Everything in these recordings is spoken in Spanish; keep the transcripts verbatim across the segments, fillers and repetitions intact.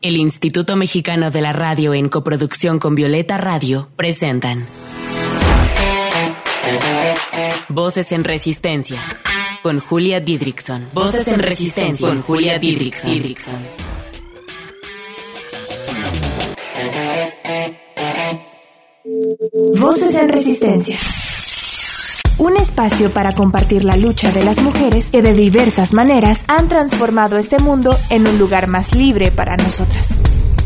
El Instituto Mexicano de la Radio, en coproducción con Violeta Radio, presentan Voces en Resistencia, con Julia Didrikson. Voces en Resistencia, con Julia Didrikson. Voces en Resistencia. Un espacio para compartir la lucha de las mujeres que de diversas maneras han transformado este mundo en un lugar más libre para nosotras.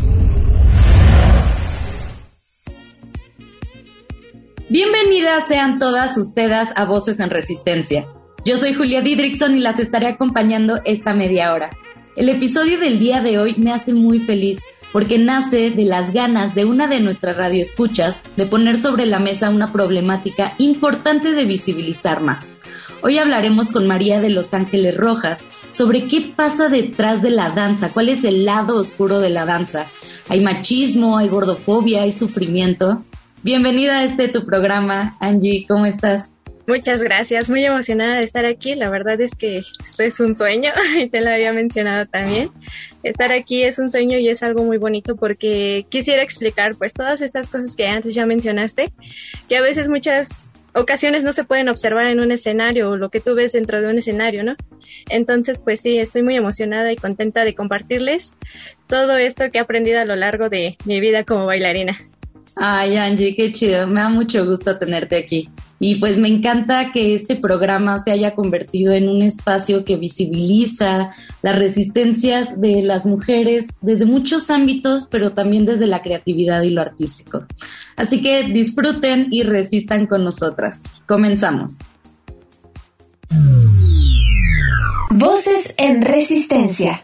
Bienvenidas sean todas ustedes a Voces en Resistencia. Yo soy Julia Didrikson y las estaré acompañando esta media hora. El episodio del día de hoy me hace muy feliz porque nace de las ganas de una de nuestras radioescuchas de poner sobre la mesa una problemática importante de visibilizar más. Hoy hablaremos con María de Los Ángeles Rojas sobre qué pasa detrás de la danza, cuál es el lado oscuro de la danza. ¿Hay machismo, hay gordofobia, hay sufrimiento? Bienvenida a este tu programa, Angie, ¿cómo estás? Muchas gracias, muy emocionada de estar aquí. La verdad es que esto es un sueño y te lo había mencionado también. Estar aquí es un sueño y es algo muy bonito porque quisiera explicar pues todas estas cosas que antes ya mencionaste, que a veces muchas ocasiones no se pueden observar en un escenario o lo que tú ves dentro de un escenario, ¿no? Entonces pues sí, estoy muy emocionada y contenta de compartirles todo esto que he aprendido a lo largo de mi vida como bailarina. Ay, Angie, qué chido, me da mucho gusto tenerte aquí. Y pues me encanta que este programa se haya convertido en un espacio que visibiliza las resistencias de las mujeres desde muchos ámbitos, pero también desde la creatividad y lo artístico. Así que disfruten y resistan con nosotras. Comenzamos. Voces en Resistencia.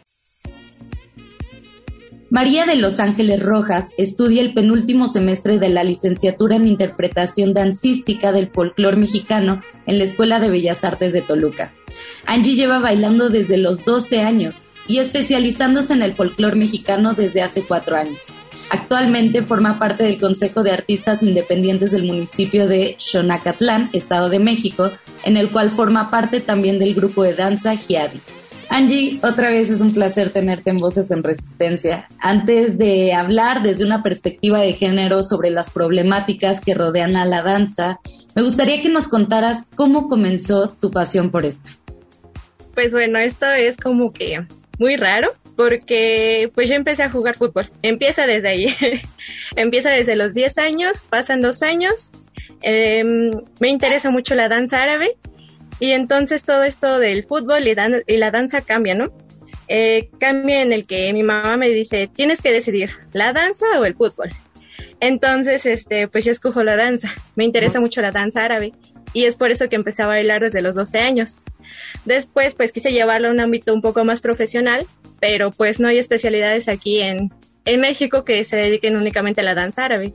María de Los Ángeles Rojas estudia el penúltimo semestre de la licenciatura en Interpretación Dancística del Folclor Mexicano en la Escuela de Bellas Artes de Toluca. Angie lleva bailando desde los doce años y especializándose en el folclor mexicano desde hace cuatro años. Actualmente forma parte del Consejo de Artistas Independientes del municipio de Xonacatlán, Estado de México, en el cual forma parte también del grupo de danza Giadi. Angie, otra vez es un placer tenerte en Voces en Resistencia. Antes de hablar desde una perspectiva de género sobre las problemáticas que rodean a la danza, me gustaría que nos contaras cómo comenzó tu pasión por esto. Pues bueno, esto es como que muy raro porque pues yo empecé a jugar fútbol. Empieza desde ahí. Empieza desde los diez años, pasan dos años. Eh, me interesa mucho la danza árabe. Y entonces todo esto del fútbol y, dan- y la danza cambia, ¿no? Eh, cambia en el que mi mamá me dice, tienes que decidir, ¿la danza o el fútbol? Entonces, este, pues yo escojo la danza. Me interesa mucho la danza árabe y es por eso que empecé a bailar desde los doce años. Después, pues quise llevarlo a un ámbito un poco más profesional, pero pues no hay especialidades aquí en, en México que se dediquen únicamente a la danza árabe.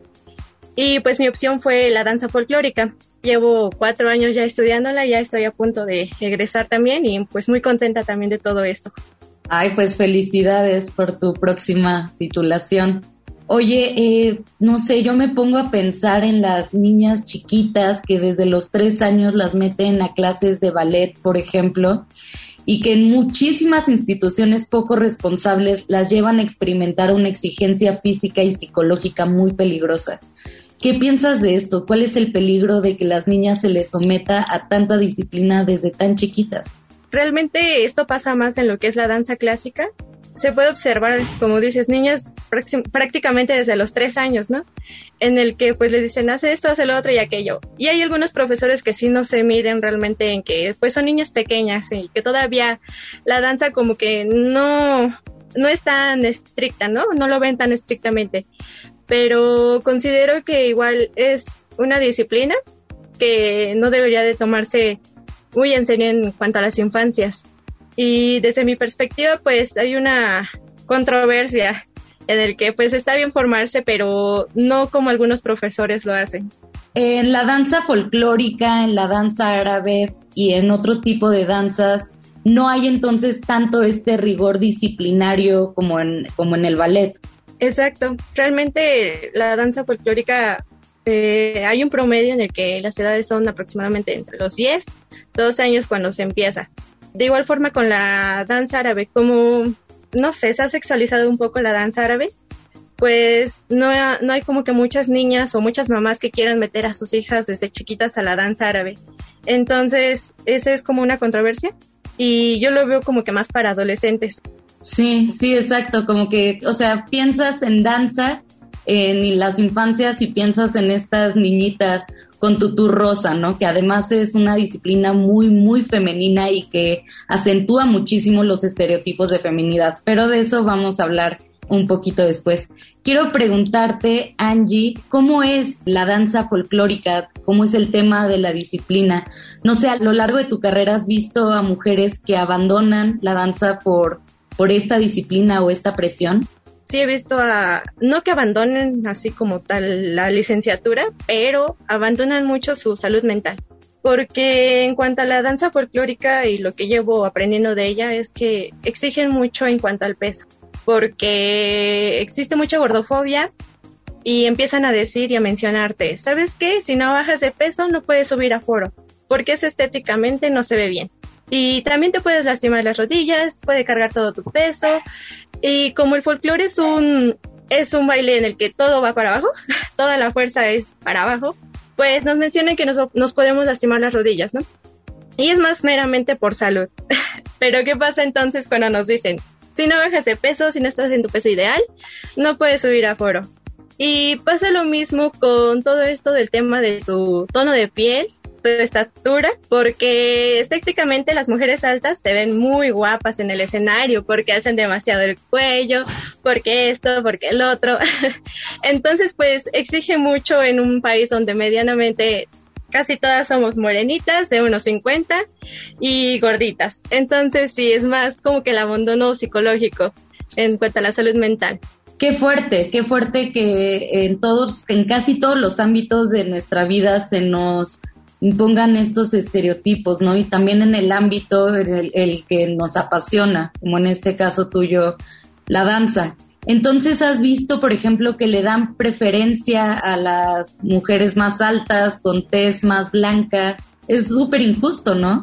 Y pues mi opción fue la danza folclórica. Llevo cuatro años ya estudiándola, ya estoy a punto de egresar también y pues muy contenta también de todo esto. Ay, pues felicidades por tu próxima titulación. Oye, eh, no sé, yo me pongo a pensar en las niñas chiquitas que desde los tres años las meten a clases de ballet, por ejemplo, y que en muchísimas instituciones poco responsables las llevan a experimentar una exigencia física y psicológica muy peligrosa. ¿Qué piensas de esto? ¿Cuál es el peligro de que las niñas se les someta a tanta disciplina desde tan chiquitas? Realmente esto pasa más en lo que es la danza clásica. Se puede observar, como dices, niñas prácticamente desde los tres años, ¿no? En el que pues les dicen, haz esto, haz lo otro y aquello. Y hay algunos profesores que sí no se miden realmente en que pues son niñas pequeñas y que todavía la danza como que no, no es tan estricta, ¿no? No lo ven tan estrictamente. Pero considero que igual es una disciplina que no debería de tomarse muy en serio en cuanto a las infancias. Y desde mi perspectiva, pues hay una controversia en el que pues está bien formarse, pero no como algunos profesores lo hacen. En la danza folclórica, en la danza árabe y en otro tipo de danzas, no hay entonces tanto este rigor disciplinario como en, como en el ballet. Exacto. Realmente la danza folclórica, eh, hay un promedio en el que las edades son aproximadamente entre los diez, doce años cuando se empieza. De igual forma con la danza árabe, como no sé, se ha sexualizado un poco la danza árabe, pues no, no hay como que muchas niñas o muchas mamás que quieran meter a sus hijas desde chiquitas a la danza árabe. Entonces, esa es como una controversia y yo lo veo como que más para adolescentes. Sí, sí, exacto, como que, o sea, piensas en danza en las infancias y piensas en estas niñitas con tutú rosa, ¿no? Que además es una disciplina muy, muy femenina y que acentúa muchísimo los estereotipos de feminidad, pero de eso vamos a hablar un poquito después. Quiero preguntarte, Angie, ¿cómo es la danza folclórica? ¿Cómo es el tema de la disciplina? No sé, a lo largo de tu carrera has visto a mujeres que abandonan la danza por, por esta disciplina o esta presión. Sí, he visto a, no que abandonen así como tal la licenciatura, pero abandonan mucho su salud mental. Porque en cuanto a la danza folclórica y lo que llevo aprendiendo de ella es que exigen mucho en cuanto al peso. Porque existe mucha gordofobia y empiezan a decir y a mencionarte, ¿sabes qué? Si no bajas de peso no puedes subir a foro, porque eso estéticamente no se ve bien. Y también te puedes lastimar las rodillas, puede cargar todo tu peso. Y como el folclore es un, es un baile en el que todo va para abajo, toda la fuerza es para abajo, pues nos mencionan que nos, nos podemos lastimar las rodillas, ¿no? Y es más meramente por salud. Pero ¿qué pasa entonces cuando nos dicen, si no bajas de peso, si no estás en tu peso ideal, no puedes subir a foro? Y pasa lo mismo con todo esto del tema de tu tono de piel, tu estatura, porque estéticamente las mujeres altas se ven muy guapas en el escenario, porque alzan demasiado el cuello, porque esto, porque el otro. Entonces, pues, exige mucho en un país donde medianamente casi todas somos morenitas, de unos cincuenta, y gorditas. Entonces, sí, es más como que el abandono psicológico en cuanto a la salud mental. Qué fuerte, qué fuerte que en todos, que en casi todos los ámbitos de nuestra vida se nos impongan estos estereotipos, ¿no? Y también en el ámbito en el, el que nos apasiona, como en este caso tuyo, la danza. Entonces, ¿has visto, por ejemplo, que le dan preferencia a las mujeres más altas, con tez más blanca? Es súper injusto, ¿no?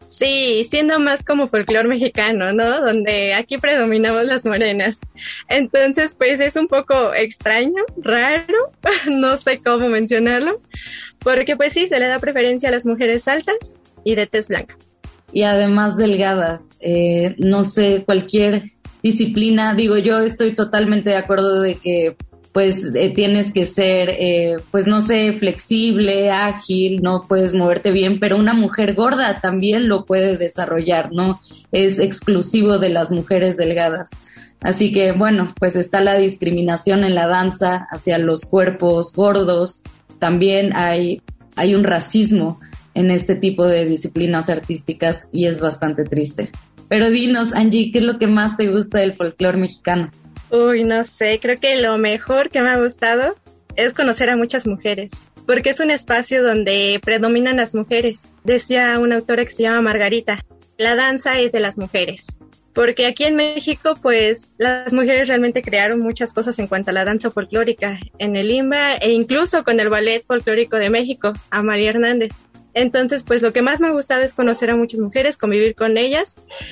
Sí, siendo más como folclore mexicano, ¿no? Donde aquí predominamos las morenas. Entonces, pues es un poco extraño, raro, no sé cómo mencionarlo, porque pues sí, se le da preferencia a las mujeres altas y de tez blanca. Y además delgadas, eh, no sé, cualquier disciplina, digo, yo estoy totalmente de acuerdo de que pues eh, tienes que ser, eh, pues no sé, flexible, ágil, no puedes moverte bien, pero una mujer gorda también lo puede desarrollar, no es exclusivo de las mujeres delgadas. Así que bueno, pues está la discriminación en la danza hacia los cuerpos gordos, también hay, hay un racismo en este tipo de disciplinas artísticas y es bastante triste. Pero dinos, Angie, ¿qué es lo que más te gusta del folclore mexicano? Uy, no sé, creo que lo mejor que me ha gustado es conocer a muchas mujeres, porque es un espacio donde predominan las mujeres. Decía una autora que se llama Margarita, la danza es de las mujeres, porque aquí en México, pues, las mujeres realmente crearon muchas cosas en cuanto a la danza folclórica, en el I M B A e incluso con el Ballet Folclórico de México, Amalia Hernández. Entonces, pues lo que más me ha gustado es conocer a muchas mujeres, convivir con ellas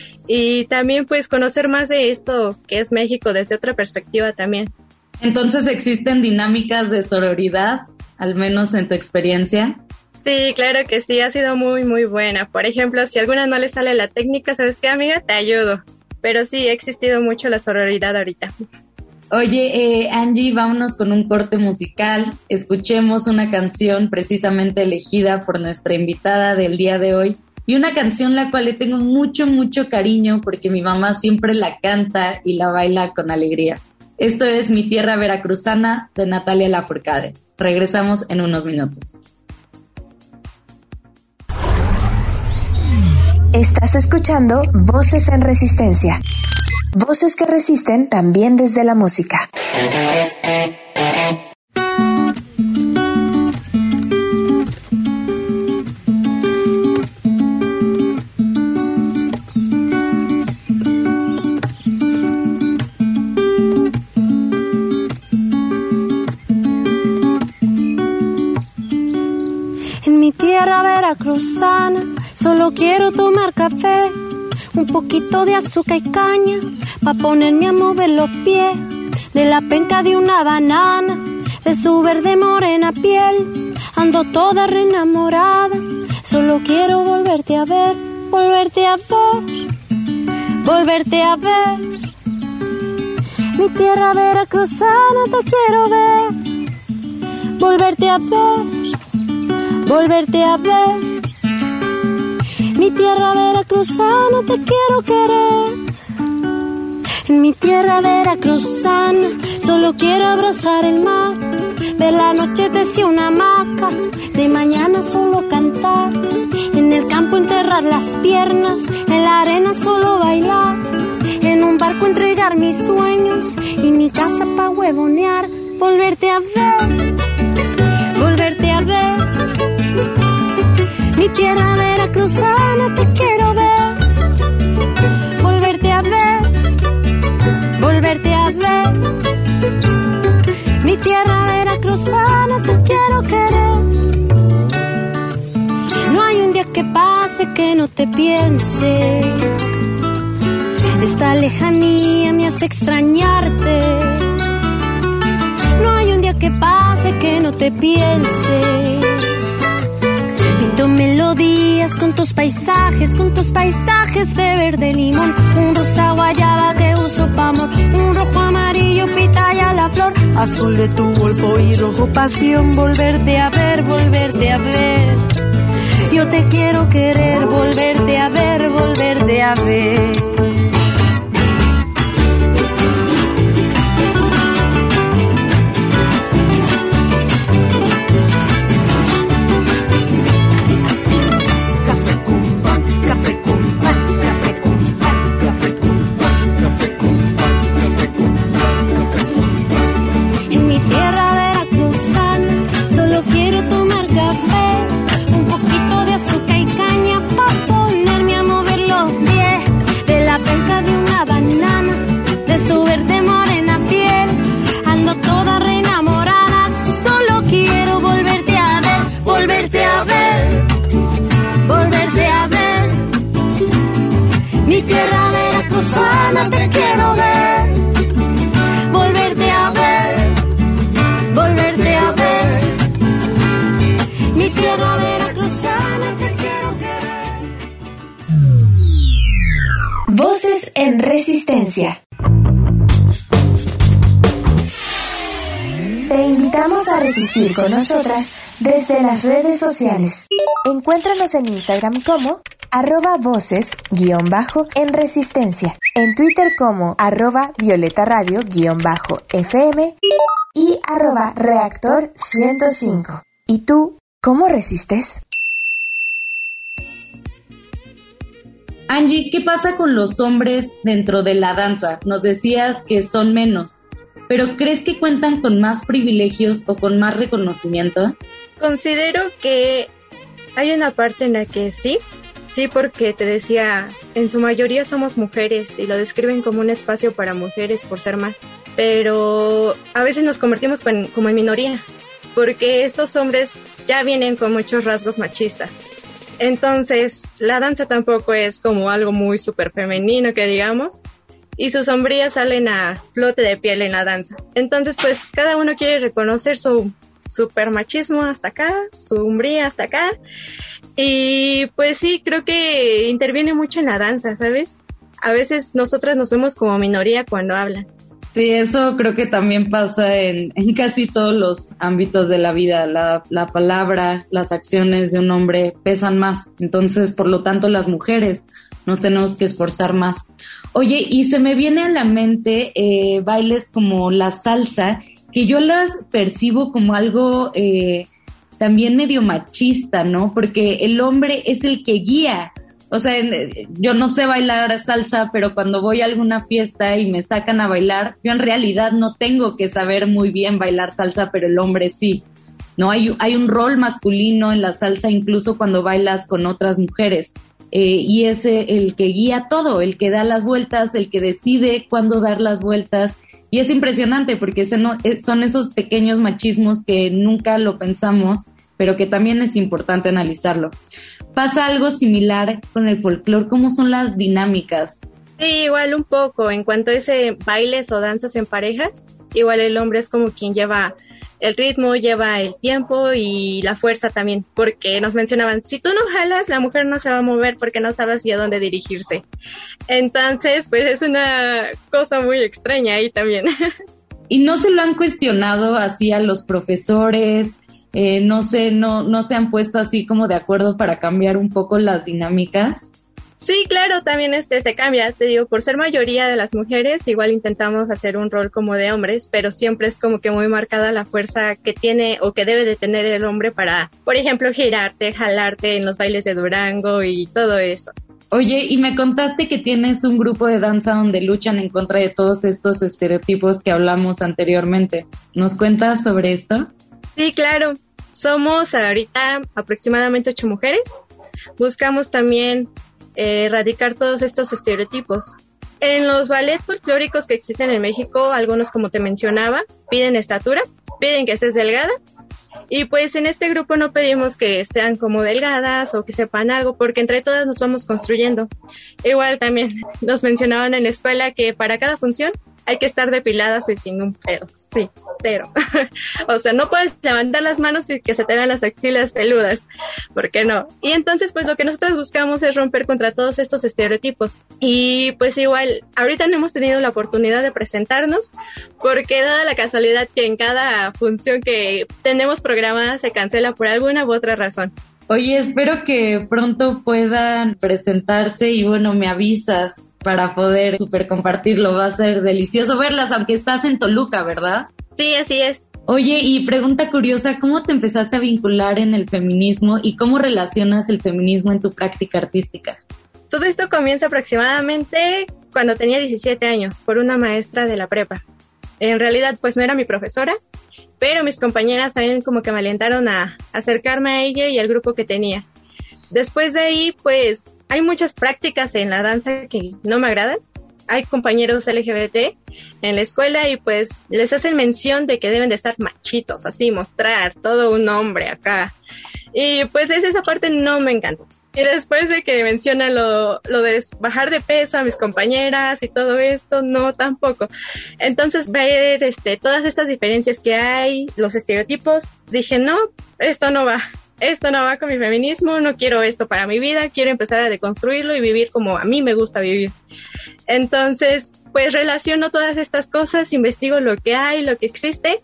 y también pues conocer más de esto que es México desde otra perspectiva también. Entonces, ¿existen dinámicas de sororidad, al menos en tu experiencia? Sí, claro que sí, ha sido muy, muy buena. Por ejemplo, si a alguna no le sale la técnica, ¿sabes qué, amiga? Te ayudo. Pero sí, ha existido mucho la sororidad ahorita. Oye, eh, Angie, vámonos con un corte musical. Escuchemos una canción precisamente elegida por nuestra invitada del día de hoy. Y una canción la cual le tengo mucho, mucho cariño porque mi mamá siempre la canta y la baila con alegría. Esto es Mi Tierra Veracruzana de Natalia Lafourcade. Regresamos en unos minutos. Estás escuchando Voces en Resistencia. Voces que resisten también desde la música. En mi tierra veracruzana solo quiero tomar café, un poquito de azúcar y caña, pa' ponerme a mover los pies de la penca de una banana, de su verde morena piel. Ando toda reenamorada, solo quiero volverte a ver, volverte a ver, volverte a ver. Mi tierra veracruzana te quiero ver, volverte a ver, volverte a ver. Mi tierra veracruzana te quiero querer. En mi tierra veracruzana solo quiero abrazar el mar, ver la noche desde una hamaca, de mañana solo cantar, en el campo enterrar las piernas, en la arena solo bailar, en un barco entregar mis sueños y mi casa pa' huevonear, volverte a ver, volverte a ver. Mi tierra veracruzana te quiero ver, volverte a ver, volverte a ver. Mi tierra veracruzana te quiero querer. No hay un día que pase que no te piense, esta lejanía me hace extrañarte. No hay un día que pase que no te piense. Pinto melodías con tus paisajes, con tus paisajes de verde limón, un rosa guayaba que uso pa' amor, un rojo amarillo pitaya la flor, azul de tu golfo y rojo pasión, volverte a ver, volverte a ver. Yo te quiero querer, volverte a ver, volverte a ver. Te quiero ver, volverte a ver, volverte a ver. Mi tierra veracruzana te quiero querer. Voces en Resistencia. Te invitamos a resistir con nosotras desde las redes sociales. Encuéntranos en Instagram como arroba voces guión bajo en resistencia, en Twitter como arroba violeta radio guión bajo fm y arroba reactor ciento cinco. ¿Y tú, cómo resistes? Angie, ¿qué pasa con los hombres dentro de la danza? Nos decías que son menos, pero ¿crees que cuentan con más privilegios o con más reconocimiento? Considero que hay una parte en la que sí, sí, porque te decía, en su mayoría somos mujeres y lo describen como un espacio para mujeres por ser más, pero a veces nos convertimos con, como en minoría, porque estos hombres ya vienen con muchos rasgos machistas. Entonces, la danza tampoco es como algo muy súper femenino que digamos, y sus sombrías salen a flote de piel en la danza. Entonces, pues, cada uno quiere reconocer su súper machismo hasta acá, su hombría hasta acá, y pues sí, creo que interviene mucho en la danza, ¿sabes? A veces nosotras nos vemos como minoría cuando hablan. Sí, eso creo que también pasa en, en casi todos los ámbitos de la vida. La, la palabra, las acciones de un hombre pesan más. Entonces, por lo tanto, las mujeres nos tenemos que esforzar más. Oye, y se me viene a la mente eh, bailes como la salsa, que yo las percibo como algo eh, también medio machista, ¿no? Porque el hombre es el que guía. O sea, yo no sé bailar salsa, pero cuando voy a alguna fiesta y me sacan a bailar, yo en realidad no tengo que saber muy bien bailar salsa, pero el hombre sí, ¿no? Hay, hay un rol masculino en la salsa incluso cuando bailas con otras mujeres, eh, y es el que guía todo, el que da las vueltas, el que decide cuándo dar las vueltas, y es impresionante porque son esos pequeños machismos que nunca lo pensamos, pero que también es importante analizarlo. Pasa algo similar con el folclore. ¿Cómo son las dinámicas? Sí, igual un poco. En cuanto a ese bailes o danzas en parejas, igual el hombre es como quien lleva el ritmo, lleva el tiempo y la fuerza también, porque nos mencionaban, si tú no jalas, la mujer no se va a mover porque no sabe hacia dónde dirigirse. Entonces, pues es una cosa muy extraña ahí también. ¿Y no se lo han cuestionado así a los profesores? Eh, no sé, no, no se han puesto así como de acuerdo para cambiar un poco las dinámicas. Sí, claro, también este se cambia, te digo, por ser mayoría de las mujeres, igual intentamos hacer un rol como de hombres, pero siempre es como que muy marcada la fuerza que tiene o que debe de tener el hombre para, por ejemplo, girarte, jalarte en los bailes de Durango y todo eso. Oye, y me contaste que tienes un grupo de danza donde luchan en contra de todos estos estereotipos que hablamos anteriormente. ¿Nos cuentas sobre esto? Sí, claro. Somos ahorita aproximadamente ocho mujeres. Buscamos también eh, erradicar todos estos estereotipos. En los ballets folclóricos que existen en México, algunos, como te mencionaba, piden estatura, piden que estés delgada. Y pues en este grupo no pedimos que sean como delgadas o que sepan algo, porque entre todas nos vamos construyendo. Igual también nos mencionaban en la escuela que para cada función hay que estar depiladas y sin un pelo. Sí, cero. O sea, no puedes levantar las manos y que se te vean las axilas peludas. ¿Por qué no? Y entonces, pues lo que nosotros buscamos es romper contra todos estos estereotipos. Y pues igual, ahorita no hemos tenido la oportunidad de presentarnos, porque dada la casualidad que en cada función que tenemos programada se cancela por alguna u otra razón. Oye, espero que pronto puedan presentarse y bueno, me avisas para poder super compartirlo. Va a ser delicioso verlas, aunque estás en Toluca, ¿verdad? Sí, así es. Oye, y pregunta curiosa, ¿cómo te empezaste a vincular en el feminismo y cómo relacionas el feminismo en tu práctica artística? Todo esto comienza aproximadamente cuando tenía diecisiete años, por una maestra de la prepa. En realidad, pues no era mi profesora, pero mis compañeras también como que me alentaron a acercarme a ella y al grupo que tenía. Después de ahí, pues, hay muchas prácticas en la danza que no me agradan. Hay compañeros L G B T en la escuela y pues les hacen mención de que deben de estar machitos, así, mostrar todo un hombre acá. Y pues es esa parte no me encanta. Y después de que mencionan lo, lo de bajar de peso a mis compañeras y todo esto, no, tampoco. Entonces, ver este, todas estas diferencias que hay, los estereotipos, dije, no, esto no va. Esto no va con mi feminismo, no quiero esto para mi vida, quiero empezar a deconstruirlo y vivir como a mí me gusta vivir. Entonces, pues relaciono todas estas cosas, investigo lo que hay, lo que existe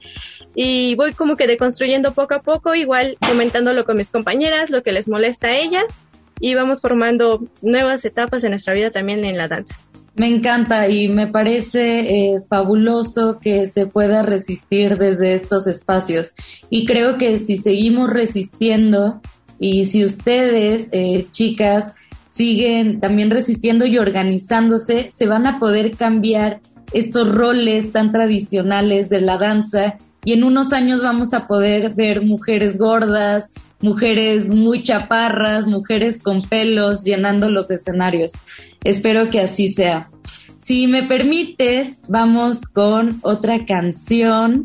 y voy como que deconstruyendo poco a poco, igual comentándolo con mis compañeras, lo que les molesta a ellas y vamos formando nuevas etapas de nuestra vida también en la danza. Me encanta y me parece eh, fabuloso que se pueda resistir desde estos espacios y creo que si seguimos resistiendo y si ustedes, eh, chicas, siguen también resistiendo y organizándose, se van a poder cambiar estos roles tan tradicionales de la danza y en unos años vamos a poder ver mujeres gordas, mujeres muy chaparras, mujeres con pelos llenando los escenarios. Espero que así sea. Si me permites, vamos con otra canción.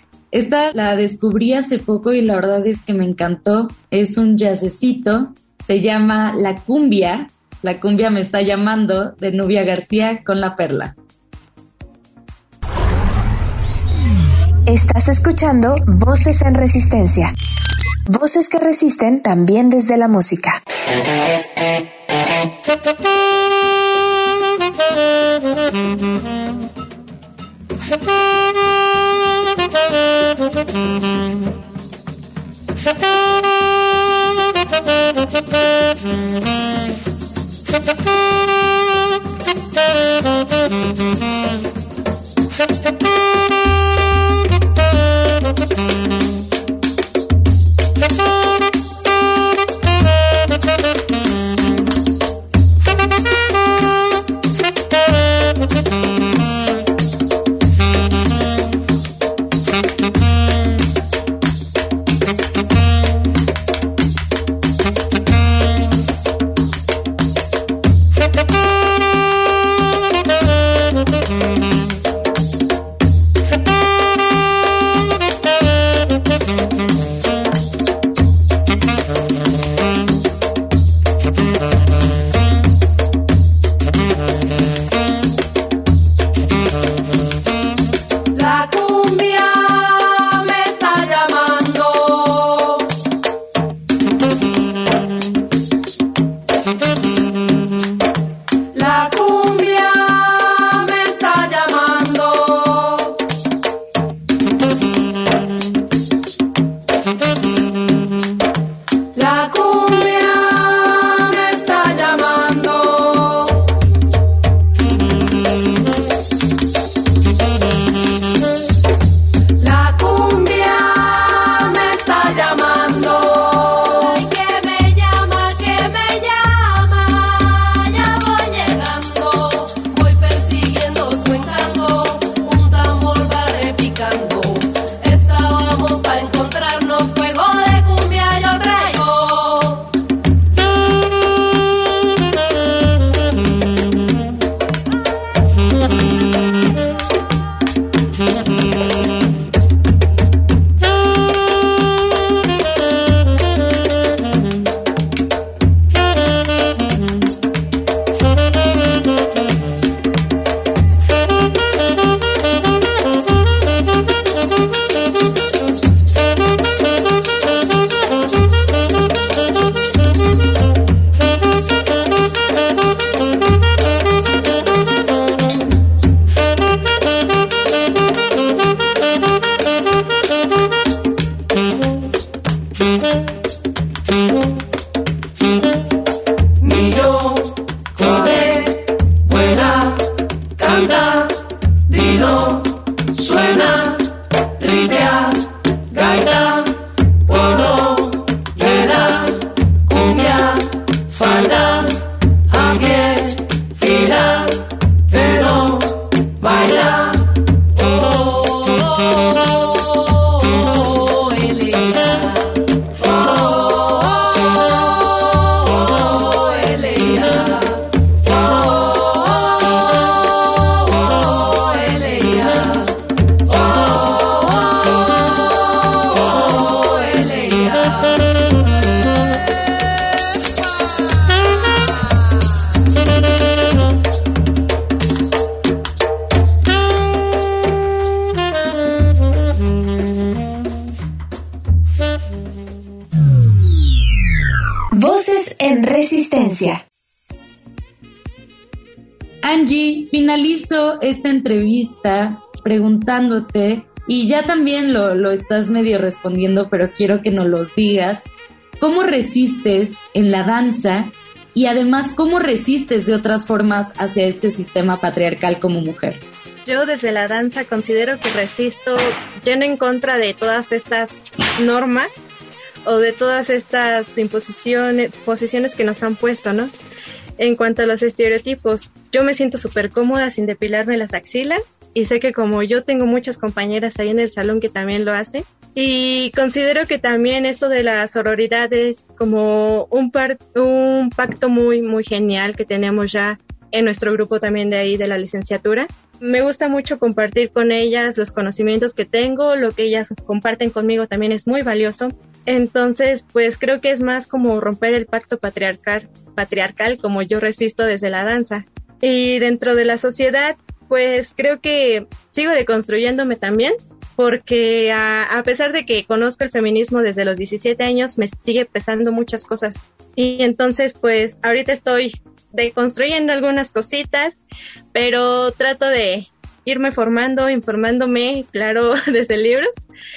Esta la descubrí hace poco y la verdad es que me encantó. Es un jazzecito, se llama La Cumbia. La Cumbia me está llamando, de Nubia García con La Perla. Estás escuchando Voces en Resistencia. Voces que resisten también desde la música. cumbia me está llamando. La cumbia me está llamando. La cumbia me está llamando. La cumbia me está llamando. Ay, que me llama, que me llama, ya voy llegando, voy persiguiendo su encanto, un tambor va repicando, estábamos pa' encontrarnos, fuego de cumbia yo traigo. Millón, corre, vuela, canta, dilo, suena, ripia, gaita, polo, vela, cumbia, falda, a pie, gira, pero baila. Oh, oh, oh, Elena. Oh, oh, Elena. Oh, Elena. Oh, Elena. Voces en Resistencia. Angie, finalizo esta entrevista preguntándote, y ya también lo, lo estás medio respondiendo, pero quiero que nos los digas, ¿cómo resistes en la danza y además cómo resistes de otras formas hacia este sistema patriarcal como mujer? Yo desde la danza considero que resisto yendo en contra de todas estas normas o de todas estas imposiciones, posiciones que nos han puesto, ¿no? En cuanto a los estereotipos, yo me siento súper cómoda sin depilarme las axilas y sé que como yo tengo muchas compañeras ahí en el salón que también lo hacen, y considero que también esto de la sororidad es como un, par- un pacto muy, muy genial que tenemos ya en nuestro grupo también de ahí de la licenciatura. Me gusta mucho compartir con ellas los conocimientos que tengo, lo que ellas comparten conmigo también es muy valioso. Entonces, pues creo que es más como romper el pacto patriarcal, patriarcal como yo resisto desde la danza. Y dentro de la sociedad, pues creo que sigo deconstruyéndome también, porque a, a pesar de que conozco el feminismo desde los diecisiete años, me sigue pesando muchas cosas. Y entonces, pues ahorita estoy deconstruyendo algunas cositas, pero trato de irme formando, informándome, claro, desde libros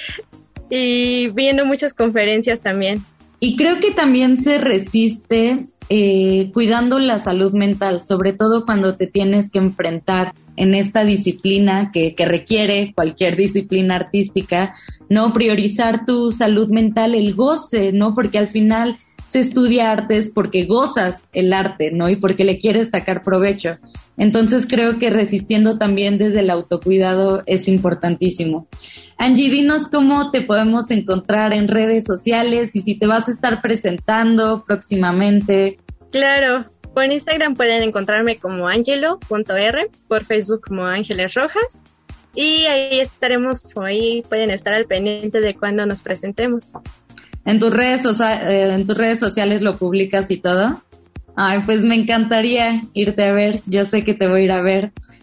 y viendo muchas conferencias también. Y creo que también se resiste eh, cuidando la salud mental, sobre todo cuando te tienes que enfrentar en esta disciplina que, que requiere cualquier disciplina artística, ¿no? Priorizar tu salud mental, el goce, ¿no? Porque al final se estudia artes porque gozas el arte, ¿no? Y porque le quieres sacar provecho. Entonces creo que resistiendo también desde el autocuidado es importantísimo. Angie, dinos cómo te podemos encontrar en redes sociales y si te vas a estar presentando próximamente. Claro, por Instagram pueden encontrarme como angelo punto r, por Facebook como Ángeles Rojas, y ahí estaremos, o ahí pueden estar al pendiente de cuando nos presentemos. ¿En tus redes, socia- eh, en tus redes sociales lo publicas y todo? Ay, pues me encantaría irte a ver, yo sé que te voy a ir a ver.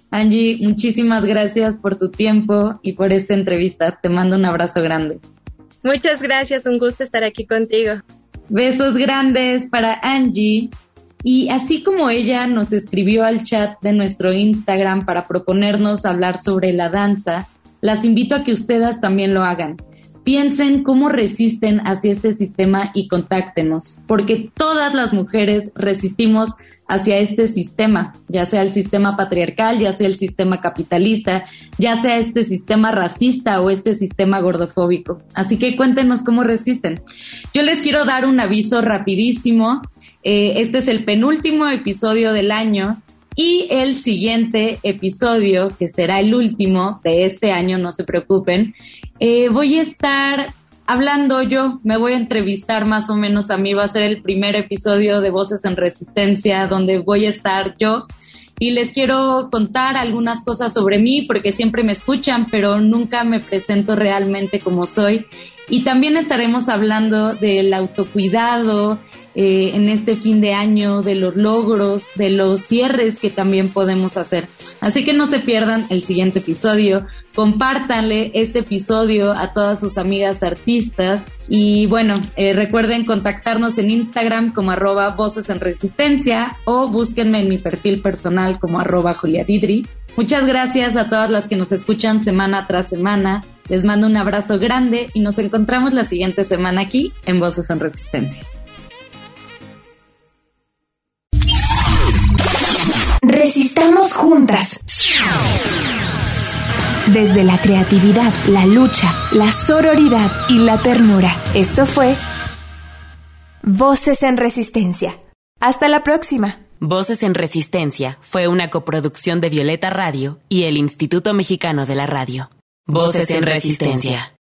Angie, muchísimas gracias por tu tiempo y por esta entrevista. Te mando un abrazo grande. Muchas gracias, un gusto estar aquí contigo. Besos grandes para Angie. Y así como ella nos escribió al chat de nuestro Instagram para proponernos hablar sobre la danza, las invito a que ustedes también lo hagan. Piensen cómo resisten hacia este sistema y contáctenos, porque todas las mujeres resistimos hacia este sistema, ya sea el sistema patriarcal, ya sea el sistema capitalista, ya sea este sistema racista o este sistema gordofóbico. Así que cuéntenos cómo resisten. Yo les quiero dar un aviso rapidísimo. Eh, este es el penúltimo episodio del año y el siguiente episodio, que será el último de este año, no se preocupen, eh, voy a estar hablando yo, me voy a entrevistar más o menos a mí, va a ser el primer episodio de Voces en Resistencia, donde voy a estar yo y les quiero contar algunas cosas sobre mí, porque siempre me escuchan, pero nunca me presento realmente como soy. Y también estaremos hablando del autocuidado, Eh, en este fin de año, de los logros, de los cierres que también podemos hacer. Así que no se pierdan el siguiente episodio, compártanle este episodio a todas sus amigas artistas y bueno, eh, recuerden contactarnos en Instagram como arroba Voces en Resistencia o búsquenme en mi perfil personal como arroba Julia Didri. Muchas gracias a todas las que nos escuchan semana tras semana. Les mando un abrazo grande y nos encontramos la siguiente semana aquí en Voces en Resistencia. Resistamos juntas. Desde la creatividad, la lucha, la sororidad y la ternura. Esto fue Voces en Resistencia. Hasta la próxima. Voces en Resistencia fue una coproducción de Violeta Radio y el Instituto Mexicano de la Radio. Voces en Resistencia.